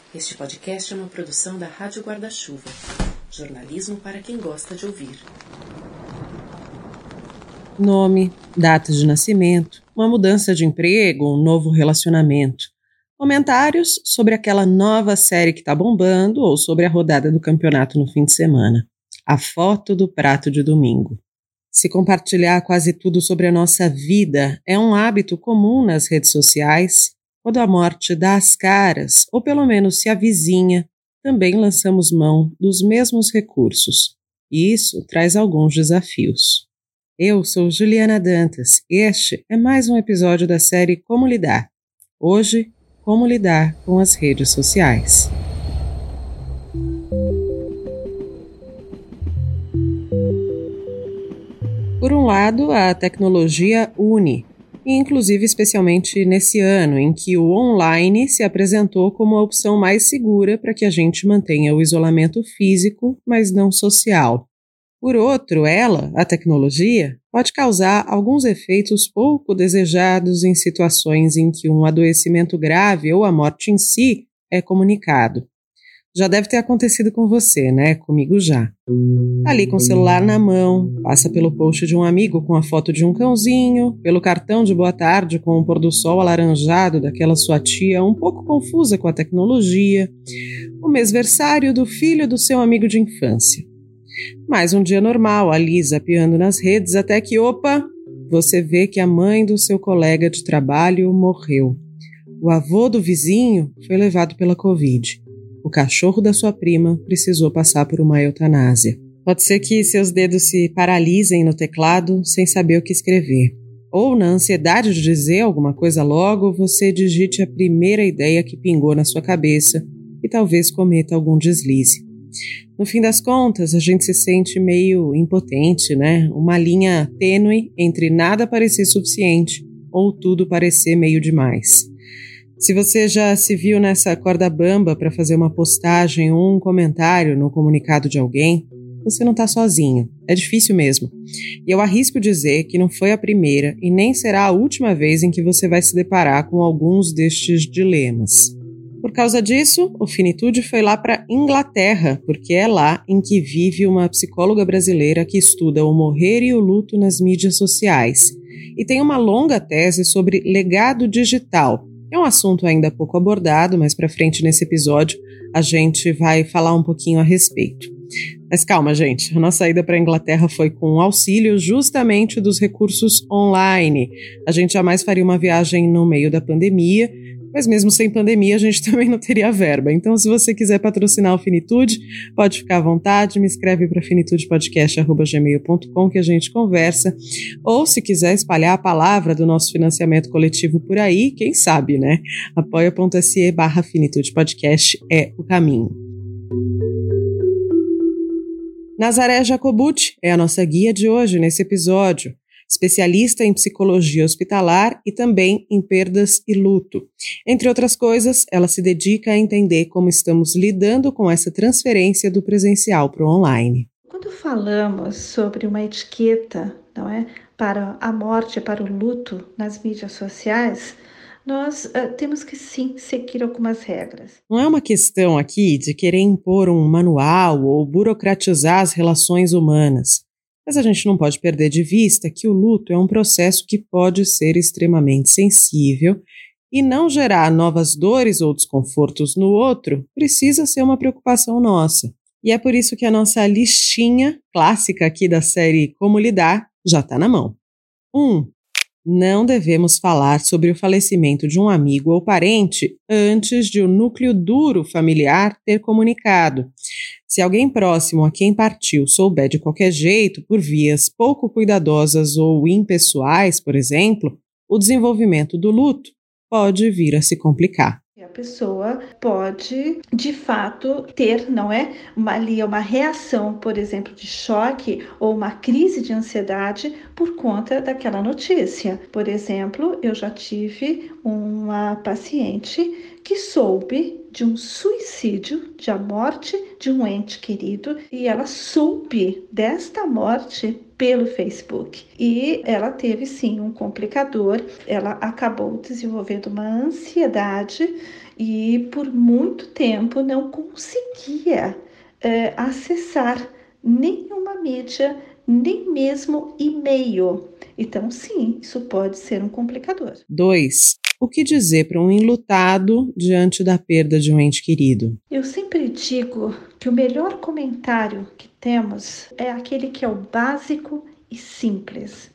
Este podcast é uma produção da Rádio Guarda-Chuva. Jornalismo para quem gosta de ouvir. Nome, data de nascimento, uma mudança de emprego, um novo relacionamento. Comentários sobre aquela nova série que está bombando ou sobre a rodada do campeonato no fim de semana. A foto do prato de domingo. Se compartilhar quase tudo sobre a nossa vida é um hábito comum nas redes sociais, quando a morte dá as caras, ou pelo menos se avizinha, também lançamos mão dos mesmos recursos. E isso traz alguns desafios. Eu sou Juliana Dantas e este é mais um episódio da série Como Lidar. Hoje, como lidar com as redes sociais. Por um lado, a tecnologia une, e inclusive especialmente nesse ano em que o online se apresentou como a opção mais segura para que a gente mantenha o isolamento físico, mas não social. Por outro, a tecnologia, pode causar alguns efeitos pouco desejados em situações em que um adoecimento grave ou a morte em si é comunicado. Já deve ter acontecido com você, né? Comigo já. Tá ali com o celular na mão, passa pelo post de um amigo com a foto de um cãozinho, pelo cartão de boa tarde com o pôr do sol alaranjado daquela sua tia um pouco confusa com a tecnologia, o mêsversário do filho do seu amigo de infância. Mais um dia normal, ali zapeando nas redes, até que, você vê que a mãe do seu colega de trabalho morreu. O avô do vizinho foi levado pela Covid. O cachorro da sua prima precisou passar por uma eutanásia. Pode ser que seus dedos se paralisem no teclado sem saber o que escrever. Ou, na ansiedade de dizer alguma coisa logo, você digite a primeira ideia que pingou na sua cabeça e talvez cometa algum deslize. No fim das contas, a gente se sente meio impotente, né? Uma linha tênue entre nada parecer suficiente ou tudo parecer meio demais. Se você já se viu nessa corda bamba para fazer uma postagem ou um comentário no comunicado de alguém, você não está sozinho. É difícil mesmo. E eu arrisco dizer que não foi a primeira e nem será a última vez em que você vai se deparar com alguns destes dilemas. Por causa disso, o Finitude foi lá para Inglaterra, porque é lá em que vive uma psicóloga brasileira que estuda o morrer e o luto nas mídias sociais. E tem uma longa tese sobre legado digital. É um assunto ainda pouco abordado, mas para frente nesse episódio a gente vai falar um pouquinho a respeito. Mas calma, gente, a nossa ida para a Inglaterra foi com o auxílio justamente dos recursos online. A gente jamais faria uma viagem no meio da pandemia, mas mesmo sem pandemia a gente também não teria verba. Então, se você quiser patrocinar o Finitude, pode ficar à vontade, me escreve para finitudepodcast@gmail.com que a gente conversa. Ou se quiser espalhar a palavra do nosso financiamento coletivo por aí, quem sabe, né? apoia.se/finitudepodcast é o caminho. Nazaré Jacobucci é a nossa guia de hoje nesse episódio. Especialista em psicologia hospitalar e também em perdas e luto. Entre outras coisas, ela se dedica a entender como estamos lidando com essa transferência do presencial para o online. Quando falamos sobre uma etiqueta, não é, para a morte, para o luto nas mídias sociais, nós temos que sim seguir algumas regras. Não é uma questão aqui de querer impor um manual ou burocratizar as relações humanas. Mas a gente não pode perder de vista que o luto é um processo que pode ser extremamente sensível e não gerar novas dores ou desconfortos no outro precisa ser uma preocupação nossa. E é por isso que a nossa listinha clássica aqui da série Como Lidar já está na mão. 1. Não devemos falar sobre o falecimento de um amigo ou parente antes de o núcleo duro familiar ter comunicado. Se alguém próximo a quem partiu souber de qualquer jeito, por vias pouco cuidadosas ou impessoais, por exemplo, o desenvolvimento do luto pode vir a se complicar. A pessoa pode, de fato, ter, não é, uma reação, por exemplo, de choque ou uma crise de ansiedade por conta daquela notícia. Por exemplo, eu já tive uma paciente que soube de um suicídio, de a morte de um ente querido, e ela soube desta morte pelo Facebook. E ela teve sim um complicador, ela acabou desenvolvendo uma ansiedade e por muito tempo não conseguia acessar nenhuma mídia, nem mesmo e-mail. Então, sim, isso pode ser um complicador. 2. O que dizer para um enlutado diante da perda de um ente querido? Eu sempre digo que o melhor comentário que temos é aquele que é o básico e simples.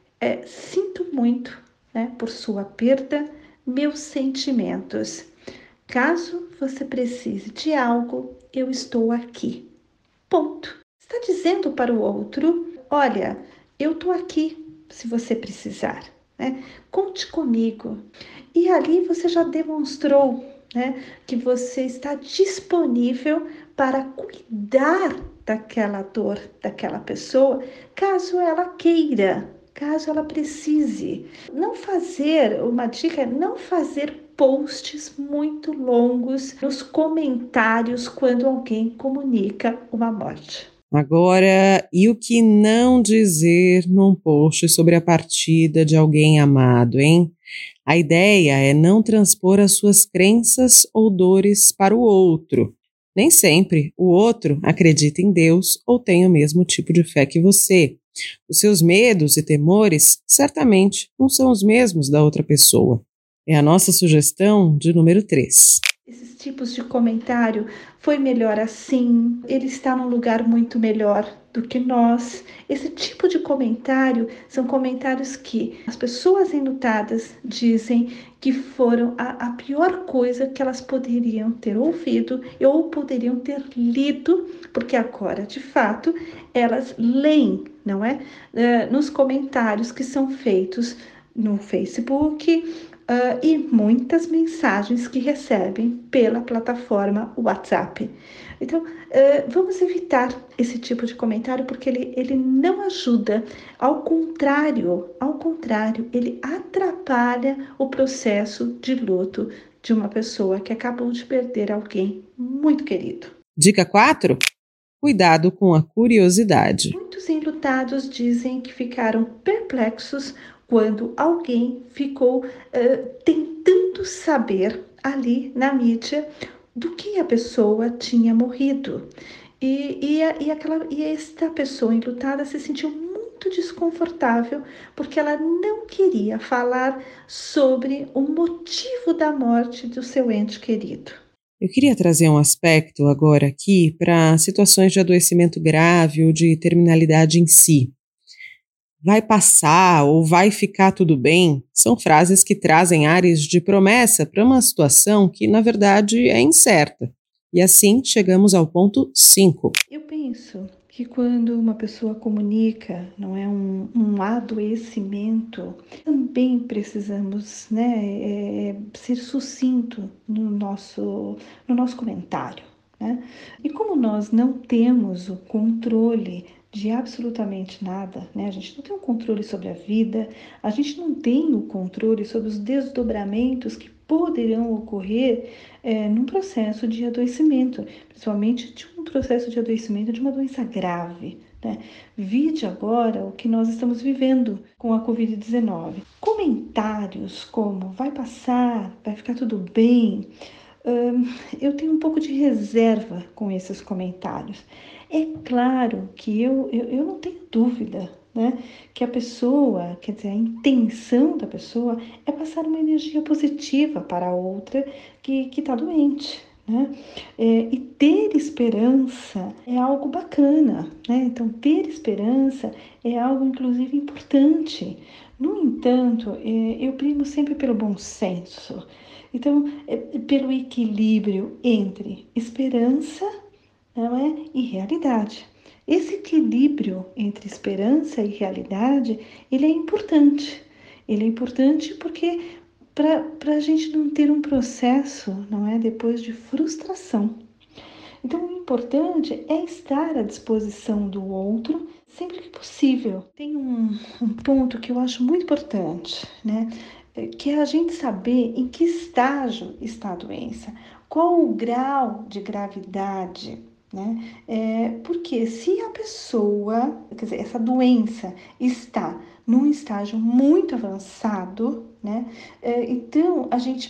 Sinto muito, né, por sua perda, meus sentimentos. Caso você precise de algo, eu estou aqui. Ponto. Está dizendo para o outro: olha, eu estou aqui se você precisar, né? Conte comigo. E ali você já demonstrou, né, que você está disponível para cuidar daquela dor daquela pessoa, caso ela queira, caso ela precise. Não fazer, uma dica é não fazer posts muito longos nos comentários quando alguém comunica uma morte. Agora, e o que não dizer num post sobre a partida de alguém amado, hein? A ideia é não transpor as suas crenças ou dores para o outro. Nem sempre o outro acredita em Deus ou tem o mesmo tipo de fé que você. Os seus medos e temores certamente não são os mesmos da outra pessoa. É a nossa sugestão de número 3. Esses tipos de comentário, foi melhor assim, ele está num lugar muito melhor do que nós. Esse tipo de comentário são comentários que as pessoas enlutadas dizem que foram a pior coisa que elas poderiam ter ouvido ou poderiam ter lido, porque agora, de fato, elas leem, não é? Nos comentários que são feitos no Facebook, e muitas mensagens que recebem pela plataforma WhatsApp. Então, vamos evitar esse tipo de comentário porque ele não ajuda. Ao contrário, ele atrapalha o processo de luto de uma pessoa que acabou de perder alguém muito querido. Dica 4. Cuidado com a curiosidade. Muitos enlutados dizem que ficaram perplexos quando alguém ficou tentando saber ali na mídia do que a pessoa tinha morrido. E esta pessoa enlutada se sentiu muito desconfortável porque ela não queria falar sobre o motivo da morte do seu ente querido. Eu queria trazer um aspecto agora aqui para situações de adoecimento grave ou de terminalidade em si. Vai passar ou vai ficar tudo bem são frases que trazem ares de promessa para uma situação que, na verdade, é incerta. E assim chegamos ao ponto 5. Eu penso que quando uma pessoa comunica, não é um adoecimento, também precisamos, né, ser sucinto no nosso comentário, né? E como nós não temos o controle de absolutamente nada, né? A gente não tem o controle sobre a vida, a gente não tem o controle sobre os desdobramentos que poderão ocorrer num processo de adoecimento, principalmente de um processo de adoecimento de uma doença grave, né? Vide agora o que nós estamos vivendo com a Covid-19. Comentários como vai passar, vai ficar tudo bem, eu tenho um pouco de reserva com esses comentários. É claro que eu não tenho dúvida, né, que a pessoa, quer dizer, a intenção da pessoa é passar uma energia positiva para a outra que está doente, né? E ter esperança é algo bacana, né? Então, ter esperança é algo, inclusive, importante. No entanto, eu primo sempre pelo bom senso. Então, pelo equilíbrio entre esperança, não é, e realidade. Esse equilíbrio entre esperança e realidade, ele é importante. Ele é importante porque para a gente não ter um processo, não é, depois de frustração. Então, o importante é estar à disposição do outro sempre que possível. Tem um ponto que eu acho muito importante, né? Que é a gente saber em que estágio está a doença, qual o grau de gravidade, né? Porque se a pessoa, quer dizer, essa doença está num estágio muito avançado, né? Então,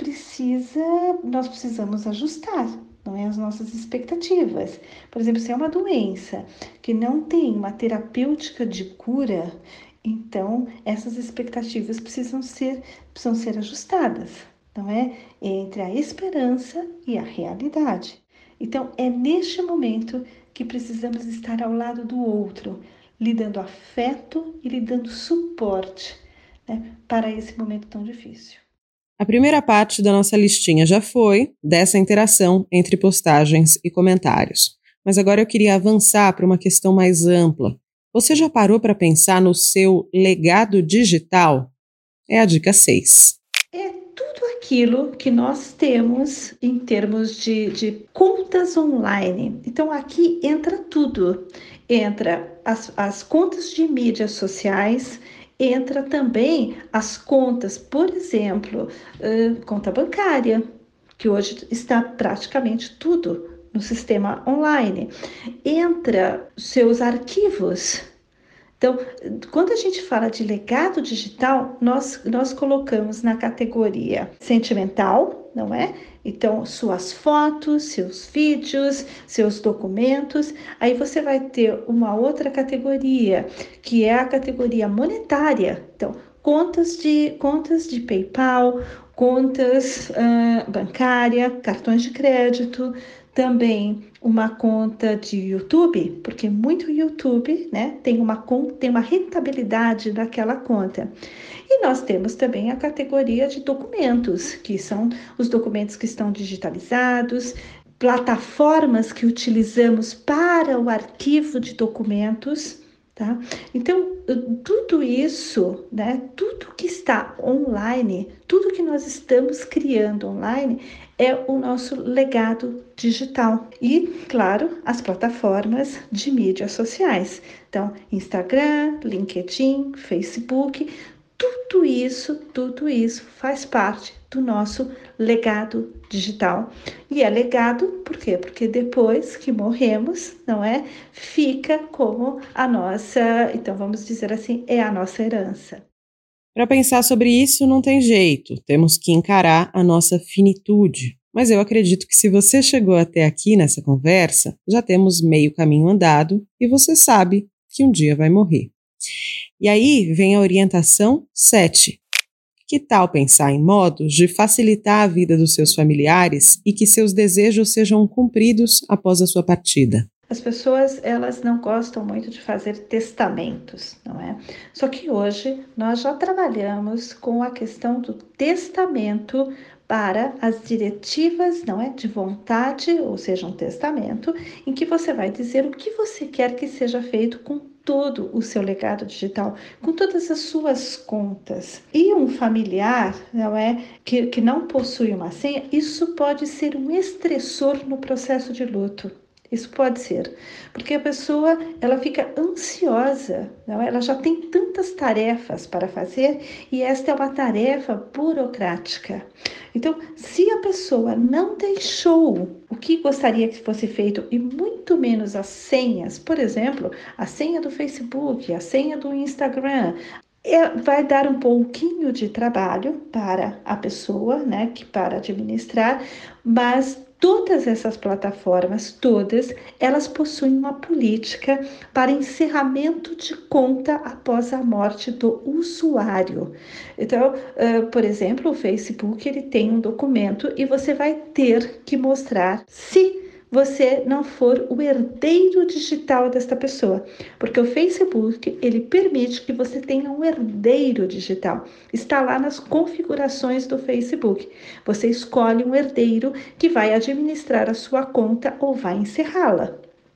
nós precisamos ajustar, não é, as nossas expectativas. Por exemplo, se é uma doença que não tem uma terapêutica de cura, então essas expectativas precisam ser ajustadas, não é? Entre a esperança e a realidade. Então, é neste momento que precisamos estar ao lado do outro, lhe dando afeto e lhe dando suporte, né, para esse momento tão difícil. A primeira parte da nossa listinha já foi dessa interação entre postagens e comentários. Mas agora eu queria avançar para uma questão mais ampla. Você já parou para pensar no seu legado digital? É a dica 6. É tudo aquilo que nós temos em termos de contas online. Então, aqui entra tudo. Entra as contas de mídias sociais, entra também as contas, por exemplo, conta bancária, que hoje está praticamente tudo no sistema online. Entra seus arquivos. Então, quando a gente fala de legado digital, nós colocamos na categoria sentimental, não é? Então, suas fotos, seus vídeos, seus documentos. Aí você vai ter uma outra categoria, que é a categoria monetária. Então, contas de PayPal, contas bancária, cartões de crédito, também uma conta de YouTube, porque muito YouTube, né, tem uma rentabilidade daquela conta. E nós temos também a categoria de documentos, que são os documentos que estão digitalizados, plataformas que utilizamos para o arquivo de documentos, tá? Então, tudo isso, né, tudo que está online, tudo que nós estamos criando online é o nosso legado digital. E, claro, as plataformas de mídias sociais. Então, Instagram, LinkedIn, Facebook, tudo isso faz parte do nosso legado digital. E é legado por quê? Porque depois que morremos, não é? Fica como a nossa, então vamos dizer assim, é a nossa herança. Para pensar sobre isso não tem jeito, temos que encarar a nossa finitude. Mas eu acredito que se você chegou até aqui nessa conversa, já temos meio caminho andado e você sabe que um dia vai morrer. E aí vem a orientação 7. Que tal pensar em modos de facilitar a vida dos seus familiares e que seus desejos sejam cumpridos após a sua partida? As pessoas, elas não gostam muito de fazer testamentos, não é? Só que hoje nós já trabalhamos com a questão do testamento para as diretivas, não é? De vontade, ou seja, um testamento, em que você vai dizer o que você quer que seja feito com todo o seu legado digital, com todas as suas contas. E um familiar, não é, que não possui uma senha, isso pode ser um estressor no processo de luto. Isso pode ser, porque a pessoa ela fica ansiosa, não? Ela já tem tantas tarefas para fazer e esta é uma tarefa burocrática. Então, se a pessoa não deixou o que gostaria que fosse feito e muito menos as senhas, por exemplo, a senha do Facebook, a senha do Instagram, vai dar um pouquinho de trabalho para a pessoa, né, que para administrar, mas todas essas plataformas, elas possuem uma política para encerramento de conta após a morte do usuário. Então, por exemplo, o Facebook, ele tem um documento e você vai ter que mostrar se você não for o herdeiro digital desta pessoa, porque o Facebook, ele permite que você tenha um herdeiro digital. Está lá nas configurações do Facebook. Você escolhe um herdeiro que vai administrar a sua conta ou vai encerrá-la.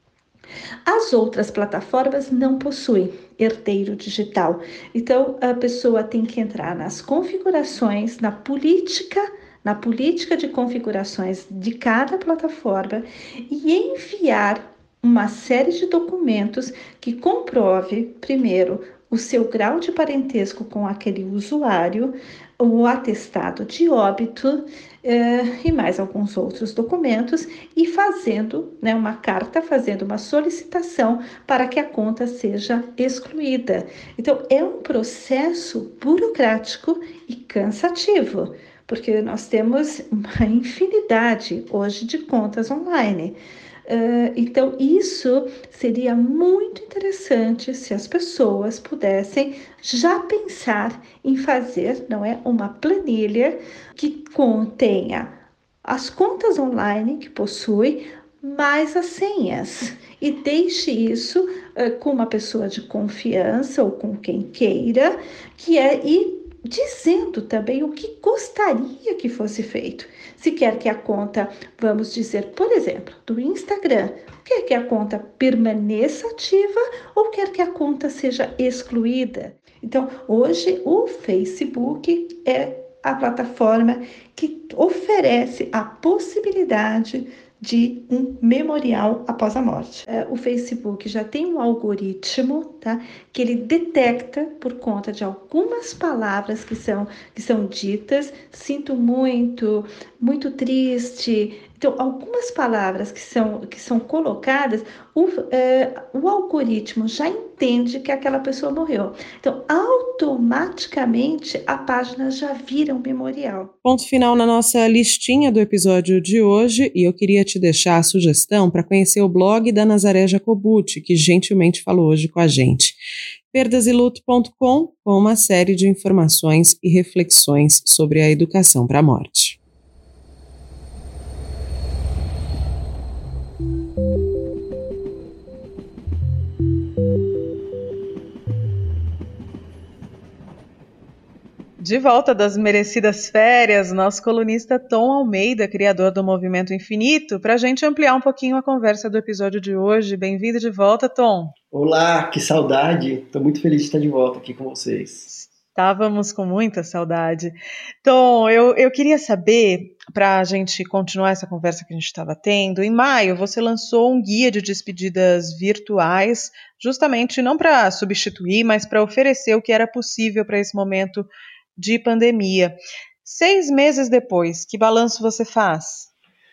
As outras plataformas não possuem herdeiro digital. Então, a pessoa tem que entrar nas configurações, na política de configurações de cada plataforma e enviar uma série de documentos que comprove, primeiro, o seu grau de parentesco com aquele usuário, o atestado de óbito e mais alguns outros documentos e fazendo, né, uma carta, fazendo uma solicitação para que a conta seja excluída. Então, é um processo burocrático e cansativo, porque nós temos uma infinidade hoje de contas online. Então, isso seria muito interessante se as pessoas pudessem já pensar em fazer, não é, uma planilha que contenha as contas online que possui, mais as senhas. E deixe isso com uma pessoa de confiança ou com quem queira, e dizendo também o que gostaria que fosse feito. Se quer que a conta, vamos dizer, por exemplo, do Instagram, quer que a conta permaneça ativa ou quer que a conta seja excluída. Então, hoje o Facebook é a plataforma que oferece a possibilidade de um memorial após a morte. O Facebook já tem um algoritmo, tá, que ele detecta por conta de algumas palavras que são ditas, sinto muito, muito triste. Então, algumas palavras que são colocadas, o algoritmo já entende que aquela pessoa morreu. Então, automaticamente a página já vira um memorial. Ponto final na nossa listinha do episódio de hoje, e eu queria te deixar a sugestão para conhecer o blog da Nazaré Jacobucci, que gentilmente falou hoje com a gente. perdasiluto.com, com uma série de informações e reflexões sobre a educação para a morte. De volta das merecidas férias, nosso colunista Tom Almeida, criador do Movimento Infinito, para a gente ampliar um pouquinho a conversa do episódio de hoje. Bem-vindo de volta, Tom. Olá, que saudade! Estou muito feliz de estar de volta aqui com vocês. Estávamos com muita saudade. Tom, eu queria saber, para a gente continuar essa conversa que a gente estava tendo, em maio você lançou um guia de despedidas virtuais, justamente não para substituir, mas para oferecer o que era possível para esse momento de pandemia. 6 meses depois, que balanço você faz?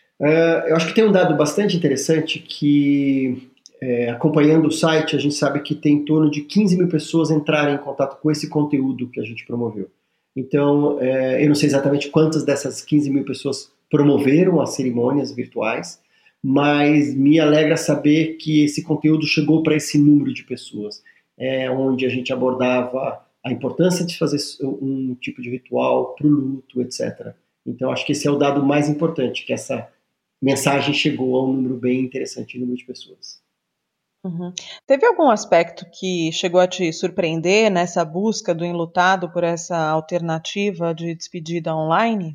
Eu acho que tem um dado bastante interessante que, acompanhando o site, a gente sabe que tem em torno de 15 mil pessoas entrarem em contato com esse conteúdo que a gente promoveu. Então, eu não sei exatamente quantas dessas 15 mil pessoas promoveram as cerimônias virtuais, mas me alegra saber que esse conteúdo chegou para esse número de pessoas, onde a gente abordava a importância de fazer um tipo de ritual para o luto, etc. Então, acho que esse é o dado mais importante, que essa mensagem chegou a um número bem interessante, um número de pessoas. Uhum. Teve algum aspecto que chegou a te surpreender nessa busca do enlutado por essa alternativa de despedida online?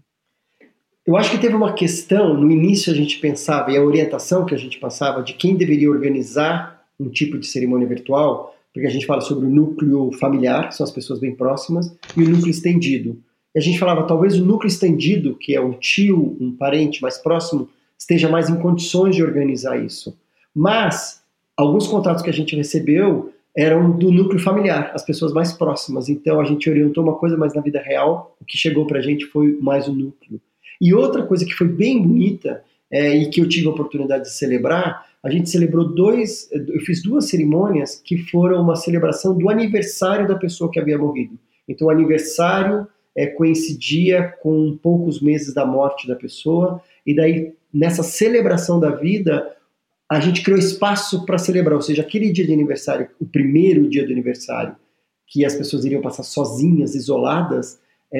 Eu acho que teve uma questão, no início a gente pensava, e a orientação que a gente passava de quem deveria organizar um tipo de cerimônia virtual, porque a gente fala sobre o núcleo familiar, que são as pessoas bem próximas, e o núcleo estendido. E a gente falava, talvez o núcleo estendido, que é um tio, um parente mais próximo, esteja mais em condições de organizar isso. Mas alguns contatos que a gente recebeu eram do núcleo familiar, as pessoas mais próximas. Então a gente orientou uma coisa, mas na vida real, o que chegou pra gente foi mais o núcleo. E outra coisa que foi bem bonita, e que eu tive a oportunidade de celebrar, a gente celebrou eu fiz 2 cerimônias que foram uma celebração do aniversário da pessoa que havia morrido. Então o aniversário coincidia com poucos meses da morte da pessoa, e daí nessa celebração da vida a gente criou espaço para celebrar, ou seja, aquele dia de aniversário, o primeiro dia do aniversário, que as pessoas iriam passar sozinhas, isoladas,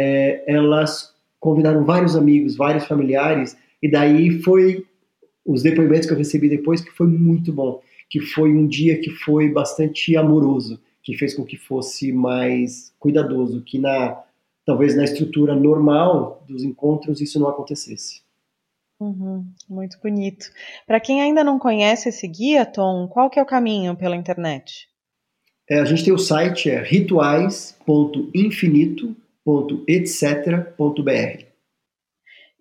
elas convidaram vários amigos, vários familiares, e daí foi os depoimentos que eu recebi depois, que foi muito bom, que foi um dia que foi bastante amoroso, que fez com que fosse mais cuidadoso, que talvez na estrutura normal dos encontros isso não acontecesse. Uhum, muito bonito. Para quem ainda não conhece esse guia, Tom, qual que é o caminho pela internet? A gente tem o site, rituais.infinito.etc.br.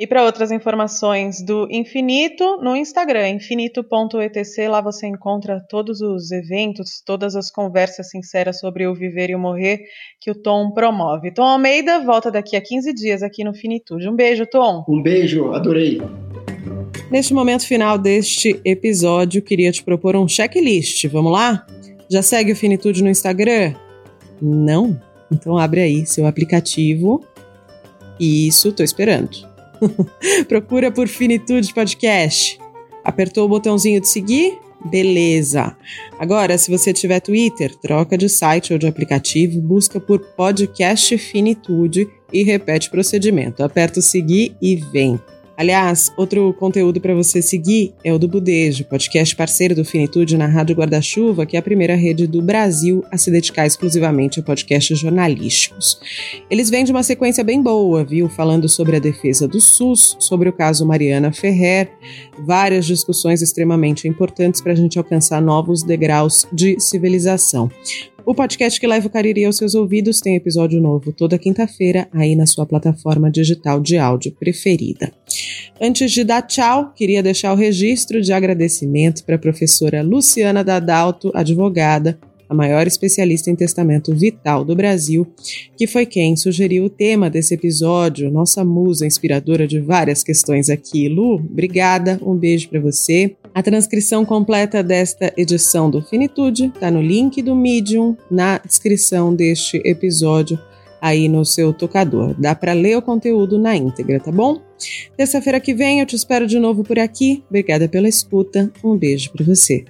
E para outras informações do Infinito, no Instagram, infinito.etc, lá você encontra todos os eventos, todas as conversas sinceras sobre o viver e o morrer que o Tom promove. Tom Almeida volta daqui a 15 dias aqui no Finitude. Um beijo, Tom. Um beijo, adorei. Neste momento final deste episódio, queria te propor um checklist. Vamos lá? Já segue o Finitude no Instagram? Não? Então abre aí seu aplicativo. Isso, tô esperando. Procura por Finitude Podcast. Apertou o botãozinho de seguir? Beleza. Agora, se você tiver Twitter, troca de site ou de aplicativo, busca por Podcast Finitude e repete o procedimento. Aperta o seguir e vem. Aliás, outro conteúdo para você seguir é o do Budejo, podcast parceiro do Finitude na Rádio Guarda-Chuva, que é a primeira rede do Brasil a se dedicar exclusivamente a podcasts jornalísticos. Eles vêm de uma sequência bem boa, viu? Falando sobre a defesa do SUS, sobre o caso Mariana Ferrer, várias discussões extremamente importantes para a gente alcançar novos degraus de civilização. O podcast que leva o Cariri aos seus ouvidos tem episódio novo toda quinta-feira aí na sua plataforma digital de áudio preferida. Antes de dar tchau, queria deixar o registro de agradecimento para a professora Luciana Dadalto, advogada, a maior especialista em testamento vital do Brasil, que foi quem sugeriu o tema desse episódio, nossa musa inspiradora de várias questões aqui. Lu, obrigada, um beijo para você. A transcrição completa desta edição do Finitude está no link do Medium, na descrição deste episódio, aí no seu tocador. Dá para ler o conteúdo na íntegra, tá bom? Terça-feira que vem eu te espero de novo por aqui. Obrigada pela escuta, um beijo para você.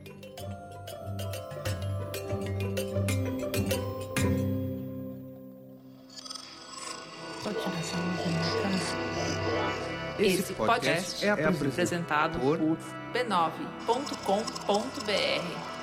Esse podcast é apresentado por b9.com.br.